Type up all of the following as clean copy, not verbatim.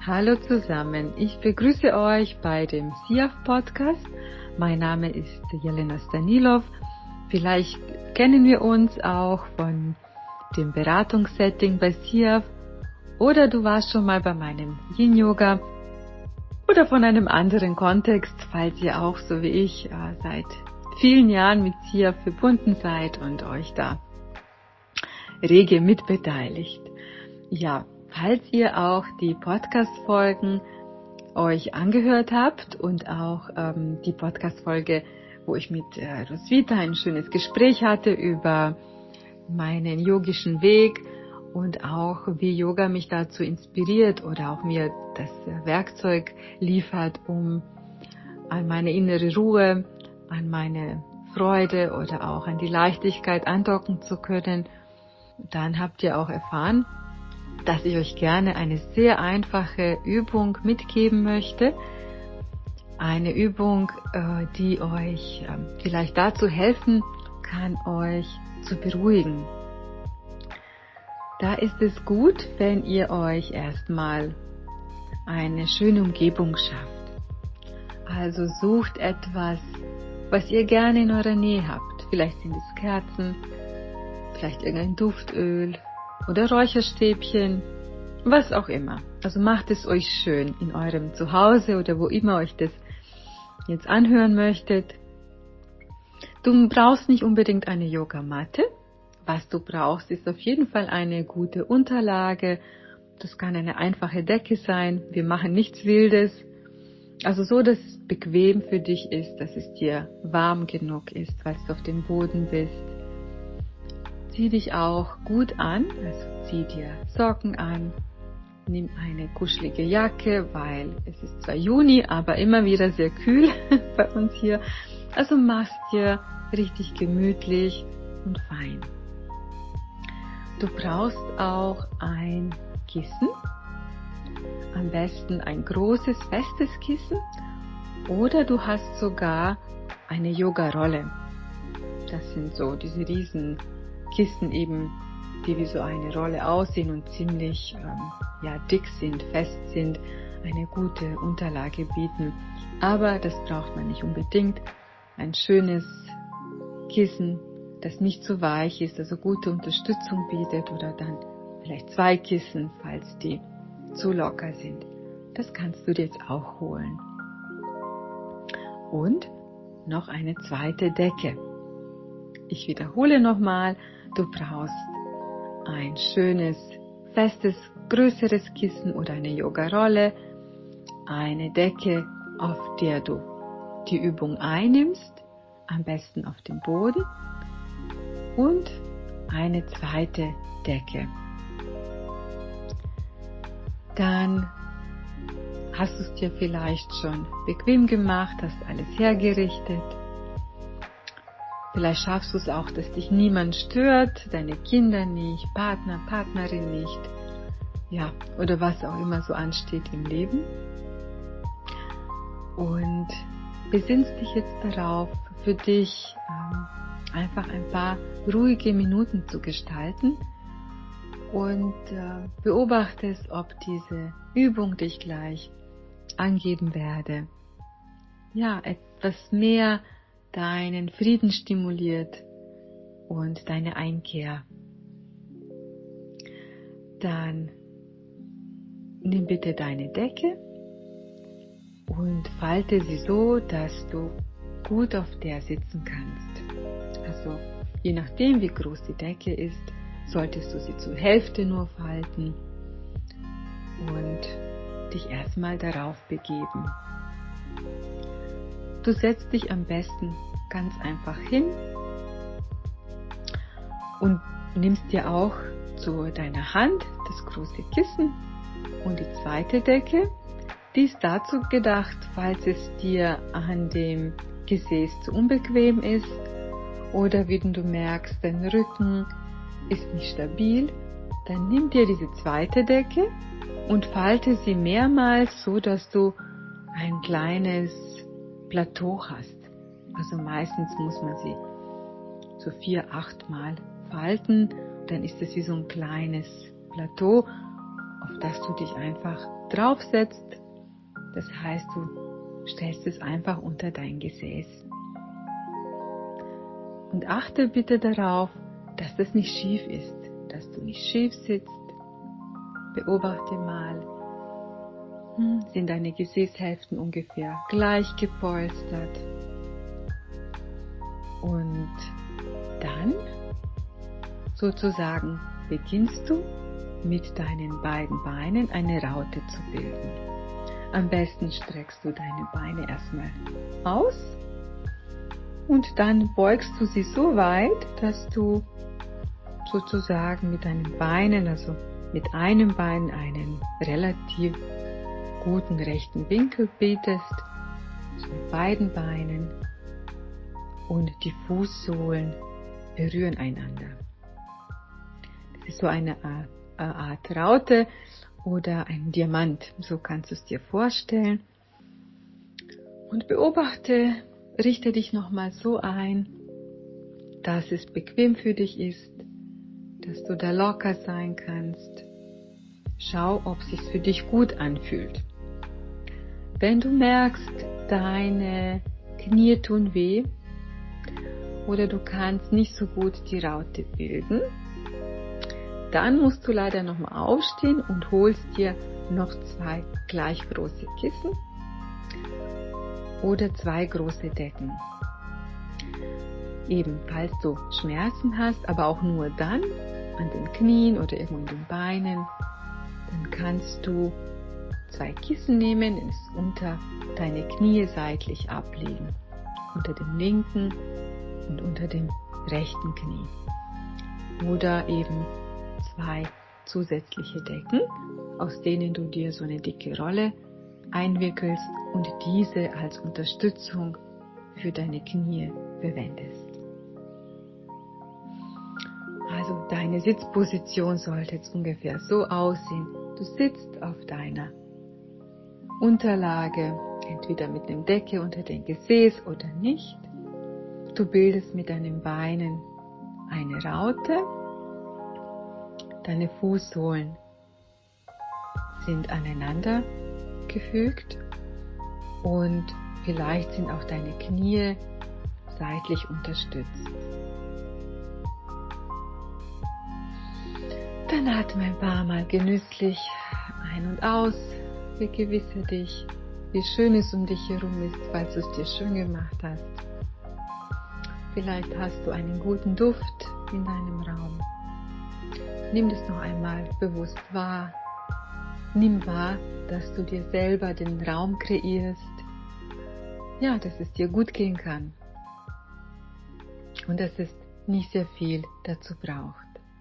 Hallo zusammen, ich begrüße euch bei dem SIAF Podcast. Mein Name ist Jelena Stanilov. Vielleicht kennen wir uns auch von dem Beratungssetting bei SIAF oder du warst schon mal bei meinem Yin Yoga oder von einem anderen Kontext, falls ihr auch so wie ich seit vielen Jahren mit SIAF verbunden seid und euch da rege mitbeteiligt. Ja, falls ihr auch die Podcast-Folgen euch angehört habt und auch die Podcast-Folge, wo ich mit Roswitha ein schönes Gespräch hatte über meinen yogischen Weg und auch wie Yoga mich dazu inspiriert oder auch mir das Werkzeug liefert, um an meine innere Ruhe, an meine Freude oder auch an die Leichtigkeit andocken zu können, dann habt ihr auch erfahren, dass ich euch gerne eine sehr einfache Übung mitgeben möchte. Eine Übung, die euch vielleicht dazu helfen kann, euch zu beruhigen. Da ist es gut, wenn ihr euch erstmal eine schöne Umgebung schafft. Also sucht etwas, was ihr gerne in eurer Nähe habt. Vielleicht sind es Kerzen, vielleicht irgendein Duftöl oder Räucherstäbchen, was auch immer. Also macht es euch schön in eurem Zuhause oder wo immer euch das jetzt anhören möchtet. Du brauchst nicht unbedingt eine Yogamatte. Was du brauchst, ist auf jeden Fall eine gute Unterlage. Das kann eine einfache Decke sein. Wir machen nichts Wildes. Also so, dass es bequem für dich ist, dass es dir warm genug ist, weil du auf dem Boden bist. Zieh dich auch gut an, also zieh dir Socken an, nimm eine kuschelige Jacke, weil es ist zwar Juni, aber immer wieder sehr kühl bei uns hier. Also mach's dir richtig gemütlich und fein. Du brauchst auch ein Kissen, am besten ein großes, festes Kissen oder du hast sogar eine Yoga-Rolle. Das sind so diese riesen Kissen eben, die wie so eine Rolle aussehen und ziemlich dick sind, fest sind, eine gute Unterlage bieten. Aber das braucht man nicht unbedingt. Ein schönes Kissen, das nicht zu weich ist, also gute Unterstützung bietet oder dann vielleicht 2 Kissen, falls die zu locker sind. Das kannst du dir jetzt auch holen. Und noch eine zweite Decke. Ich wiederhole nochmal, du brauchst ein schönes, festes, größeres Kissen oder eine Yoga-Rolle, eine Decke, auf der du die Übung einnimmst, am besten auf dem Boden und eine zweite Decke. Dann hast du es dir vielleicht schon bequem gemacht, hast alles hergerichtet. Vielleicht schaffst du es auch, dass dich niemand stört, deine Kinder nicht, Partner, Partnerin nicht, ja, oder was auch immer so ansteht im Leben. Und besinnst dich jetzt darauf, für dich einfach ein paar ruhige Minuten zu gestalten und beobachtest, ob diese Übung, die ich gleich angeben werde, ja, etwas mehr deinen Frieden stimuliert und deine Einkehr. Dann nimm bitte deine Decke und falte sie so, dass du gut auf der sitzen kannst. Also je nachdem, wie groß die Decke ist, solltest du sie zur Hälfte nur falten und dich erstmal darauf begeben. Du setzt dich am besten ganz einfach hin und nimmst dir auch zu deiner Hand das große Kissen und die zweite Decke. Die ist dazu gedacht, falls es dir an dem Gesäß zu unbequem ist oder wenn du merkst, dein Rücken ist nicht stabil, dann nimm dir diese zweite Decke und falte sie mehrmals, so dass du ein kleines Plateau hast. Also meistens muss man sie so 4-8 Mal falten, dann ist es wie so ein kleines Plateau, auf das du dich einfach draufsetzt. Das heißt, du stellst es einfach unter dein Gesäß. Und achte bitte darauf, dass das nicht schief ist, dass du nicht schief sitzt. Beobachte mal, sind deine Gesäßhälften ungefähr gleich gepolstert. Und dann sozusagen beginnst du mit deinen beiden Beinen eine Raute zu bilden. Am besten streckst du deine Beine erstmal aus und dann beugst du sie so weit, dass du sozusagen mit deinen Beinen, also mit einem Bein einen relativ guten rechten Winkel bietest, also mit beiden Beinen, und die Fußsohlen berühren einander. Das ist so eine Art Raute oder ein Diamant, so kannst du es dir vorstellen. Und beobachte, richte dich nochmal so ein, dass es bequem für dich ist, dass du da locker sein kannst. Schau, ob es sich für dich gut anfühlt. Wenn du merkst, deine Knie tun weh oder du kannst nicht so gut die Raute bilden, dann musst du leider nochmal aufstehen und holst dir noch 2 gleich große Kissen oder 2 große Decken. Eben, falls du Schmerzen hast, aber auch nur dann an den Knien oder irgendwo in den Beinen, dann kannst du 2 Kissen nehmen, es unter deine Knie seitlich ablegen, unter dem linken und unter dem rechten Knie. Oder eben 2 zusätzliche Decken, aus denen du dir so eine dicke Rolle einwickelst und diese als Unterstützung für deine Knie verwendest. Also deine Sitzposition sollte jetzt ungefähr so aussehen. Du sitzt auf deiner Unterlage, entweder mit einer Decke unter dem Gesäß oder nicht. Du bildest mit deinen Beinen eine Raute. Deine Fußsohlen sind aneinander gefügt und vielleicht sind auch deine Knie seitlich unterstützt. Dann atme ein paar Mal genüsslich ein und aus. Vergewissere dich, wie schön es um dich herum ist, falls du es dir schön gemacht hast. Vielleicht hast du einen guten Duft in deinem Raum. Nimm das noch einmal bewusst wahr. Nimm wahr, dass du dir selber den Raum kreierst. Ja, dass es dir gut gehen kann. Und dass es nicht sehr viel dazu braucht.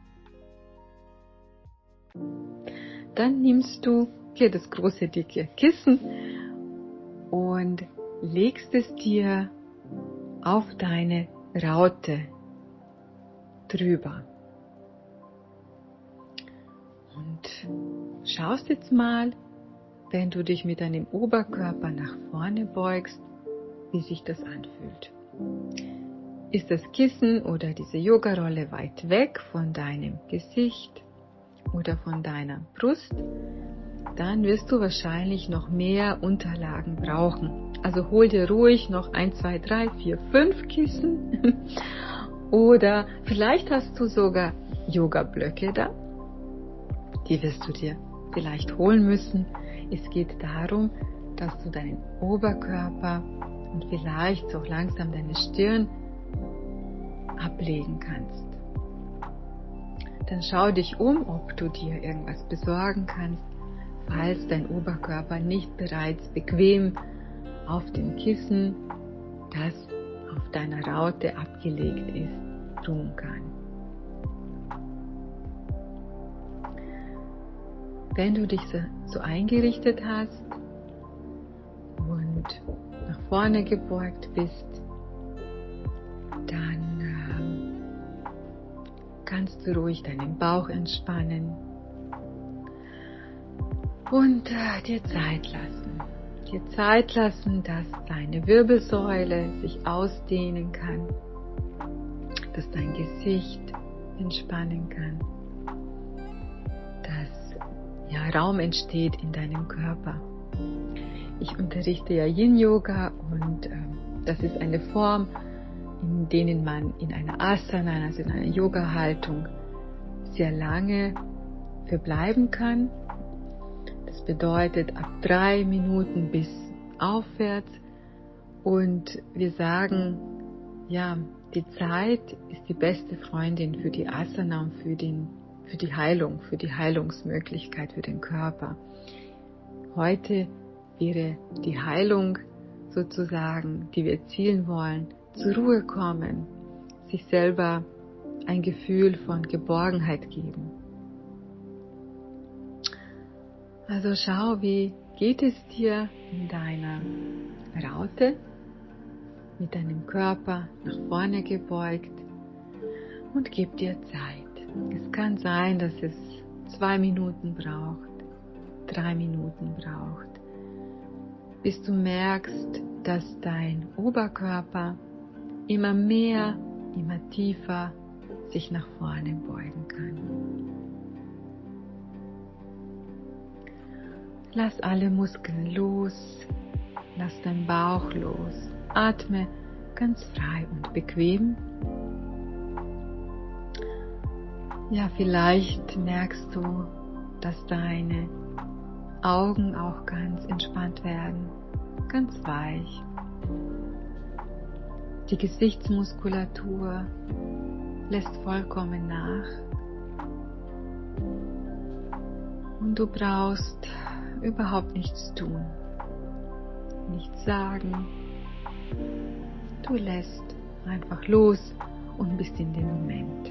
Dann nimmst du hier das große dicke Kissen und legst es dir auf deine Raute drüber. Und schaust jetzt mal, wenn du dich mit deinem Oberkörper nach vorne beugst, wie sich das anfühlt. Ist das Kissen oder diese Yogarolle weit weg von deinem Gesicht oder von deiner Brust, dann wirst du wahrscheinlich noch mehr Unterlagen brauchen. Also hol dir ruhig noch 1, 2, 3, 4, 5 Kissen oder vielleicht hast du sogar Yoga-Blöcke da. Die wirst du dir vielleicht holen müssen. Es geht darum, dass du deinen Oberkörper und vielleicht auch langsam deine Stirn ablegen kannst. Dann schau dich um, ob du dir irgendwas besorgen kannst, falls dein Oberkörper nicht bereits bequem auf dem Kissen, das auf deiner Raute abgelegt ist, ruhen kann. Wenn du dich so eingerichtet hast und nach vorne gebeugt bist, dann kannst du ruhig deinen Bauch entspannen und dir Zeit lassen. Dir Zeit lassen, dass deine Wirbelsäule sich ausdehnen kann, dass dein Gesicht entspannen kann, dass Raum entsteht in deinem Körper. Ich unterrichte ja Yin-Yoga und das ist eine Form, in denen man in einer Asana, also in einer Yoga-Haltung, sehr lange verbleiben kann. Das bedeutet ab 3 Minuten bis aufwärts. Und wir sagen, ja, die Zeit ist die beste Freundin für die Asana und für die Heilung, für die Heilungsmöglichkeit für den Körper. Heute wäre die Heilung sozusagen, die wir erzielen wollen, zur Ruhe kommen, sich selber ein Gefühl von Geborgenheit geben. Also schau, wie geht es dir in deiner Raute, mit deinem Körper nach vorne gebeugt und gib dir Zeit. Es kann sein, dass es 2 Minuten braucht, 3 Minuten braucht, bis du merkst, dass dein Oberkörper immer mehr, immer tiefer sich nach vorne beugen kann. Lass alle Muskeln los, lass deinen Bauch los, atme ganz frei und bequem. Ja, vielleicht merkst du, dass deine Augen auch ganz entspannt werden, ganz weich. Die Gesichtsmuskulatur lässt vollkommen nach. Und du brauchst überhaupt nichts tun, nichts sagen. Du lässt einfach los und bist in dem Moment.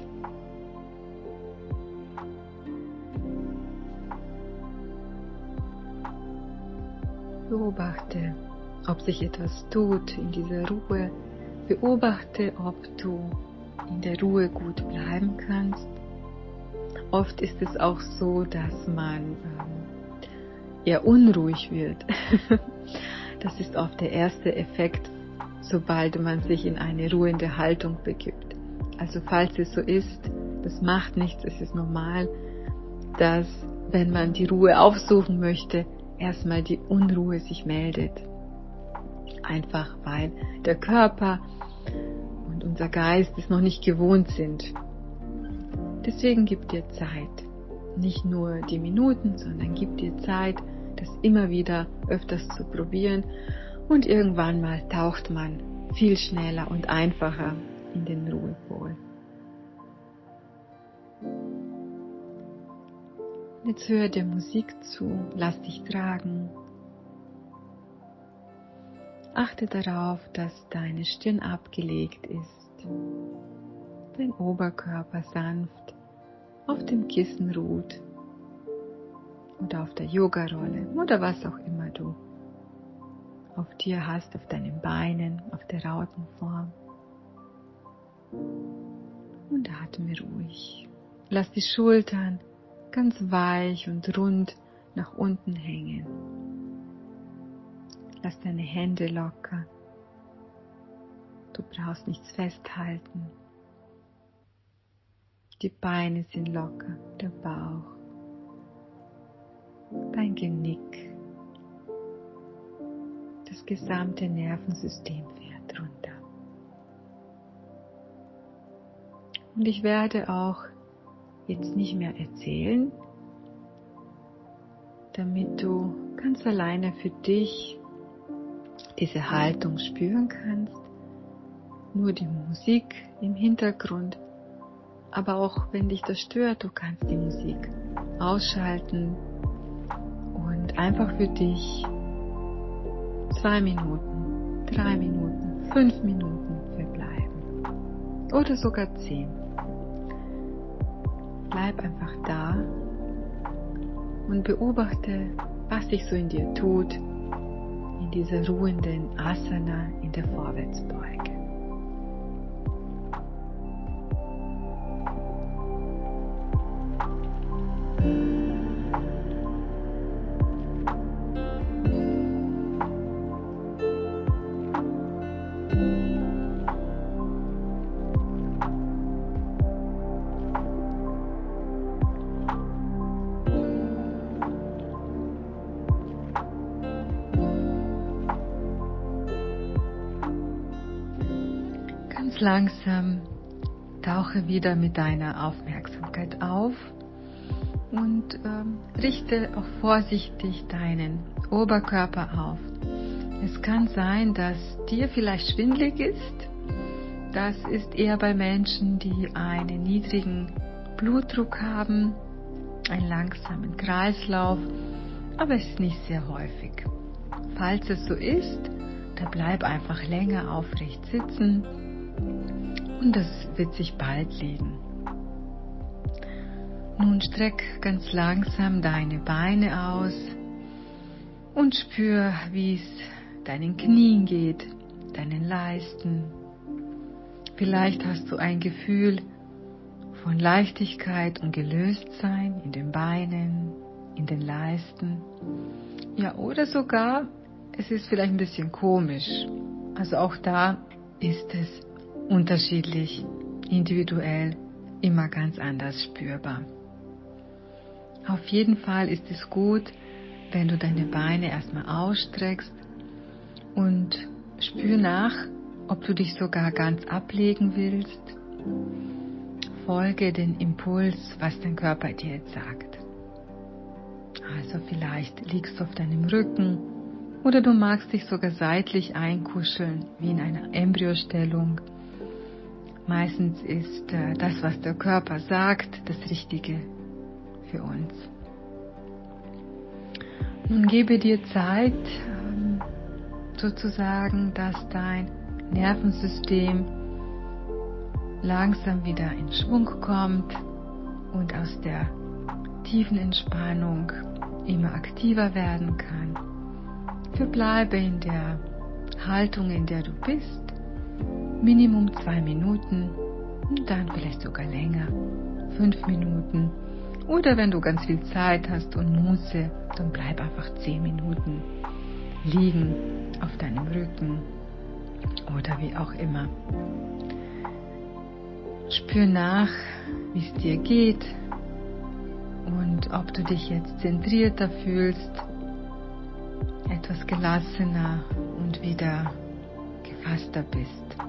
Beobachte, ob sich etwas tut in dieser Ruhe. Beobachte, ob du in der Ruhe gut bleiben kannst. Oft ist es auch so, dass man eher unruhig wird. Das ist oft der erste Effekt, sobald man sich in eine ruhende Haltung begibt. Also falls es so ist, das macht nichts, es ist normal, dass wenn man die Ruhe aufsuchen möchte, erstmal die Unruhe sich meldet. Einfach weil der Körper und unser Geist es noch nicht gewohnt sind. Deswegen gib dir Zeit. Nicht nur die Minuten, sondern gib dir Zeit, das immer wieder öfters zu probieren. Und irgendwann mal taucht man viel schneller und einfacher in den Ruhepol. Jetzt höre der Musik zu, lass dich tragen. Achte darauf, dass deine Stirn abgelegt ist, dein Oberkörper sanft auf dem Kissen ruht oder auf der Yogarolle oder was auch immer du auf dir hast, auf deinen Beinen, auf der Rautenform. Und atme ruhig. Lass die Schultern ganz weich und rund nach unten hängen. Lass deine Hände locker. Du brauchst nichts festhalten. Die Beine sind locker, der Bauch, dein Genick, das gesamte Nervensystem fährt runter. Und ich werde auch jetzt nicht mehr erzählen, damit du ganz alleine für dich diese Haltung spüren kannst. Nur die Musik im Hintergrund, aber auch wenn dich das stört, du kannst die Musik ausschalten und einfach für dich 2 Minuten, 3 Minuten, 5 Minuten verbleiben oder sogar 10. Bleib einfach da und beobachte, was sich so in dir tut, in dieser ruhenden Asana in der Vorwärtsbeuge. ganz langsam tauche wieder mit deiner Aufmerksamkeit auf und richte auch vorsichtig deinen Oberkörper auf. Es kann sein, dass dir vielleicht schwindelig ist. Das ist eher bei Menschen, die einen niedrigen Blutdruck haben, einen langsamen Kreislauf, aber es ist nicht sehr häufig. Falls es so ist, dann bleib einfach länger aufrecht sitzen und das wird sich bald legen. Nun streck ganz langsam deine Beine aus und spür, wie es deinen Knien geht, deinen Leisten. Vielleicht hast du ein Gefühl von Leichtigkeit und Gelöstsein in den Beinen, in den Leisten. Ja, oder sogar, es ist vielleicht ein bisschen komisch. Also auch da ist es unterschiedlich, individuell, immer ganz anders spürbar. Auf jeden Fall ist es gut, wenn du deine Beine erstmal ausstreckst und spür nach, ob du dich sogar ganz ablegen willst. Folge den Impuls, was dein Körper dir jetzt sagt. Also vielleicht liegst du auf deinem Rücken oder du magst dich sogar seitlich einkuscheln, wie in einer Embryostellung. Meistens ist das, was der Körper sagt, das Richtige für uns. Nun gebe dir Zeit, sozusagen, dass dein Nervensystem langsam wieder in Schwung kommt und aus der tiefen Entspannung immer aktiver werden kann. Verbleibe in der Haltung, in der du bist, Minimum 2 Minuten und dann vielleicht sogar länger, 5 Minuten. Oder wenn du ganz viel Zeit hast und Muße, dann bleib einfach 10 Minuten liegen auf deinem Rücken oder wie auch immer. Spür nach, wie es dir geht und ob du dich jetzt zentrierter fühlst, etwas gelassener und wieder gefasster bist.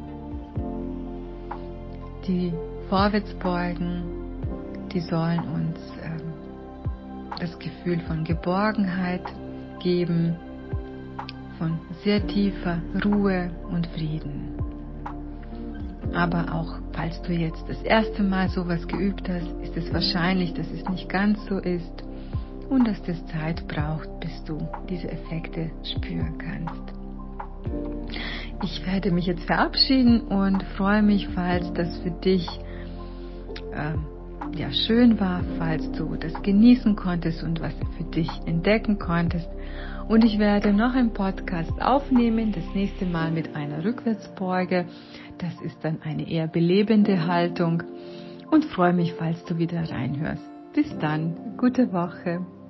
Die Vorwärtsbeugen, die sollen uns das Gefühl von Geborgenheit geben, von sehr tiefer Ruhe und Frieden. Aber auch falls du jetzt das erste Mal sowas geübt hast, ist es wahrscheinlich, dass es nicht ganz so ist und dass das Zeit braucht, bis du diese Effekte spüren kannst. Ich werde mich jetzt verabschieden und freue mich, falls das für dich schön war, falls du das genießen konntest und was für dich entdecken konntest. Und ich werde noch einen Podcast aufnehmen, das nächste Mal mit einer Rückwärtsbeuge. Das ist dann eine eher belebende Haltung und freue mich, falls du wieder reinhörst. Bis dann, gute Woche.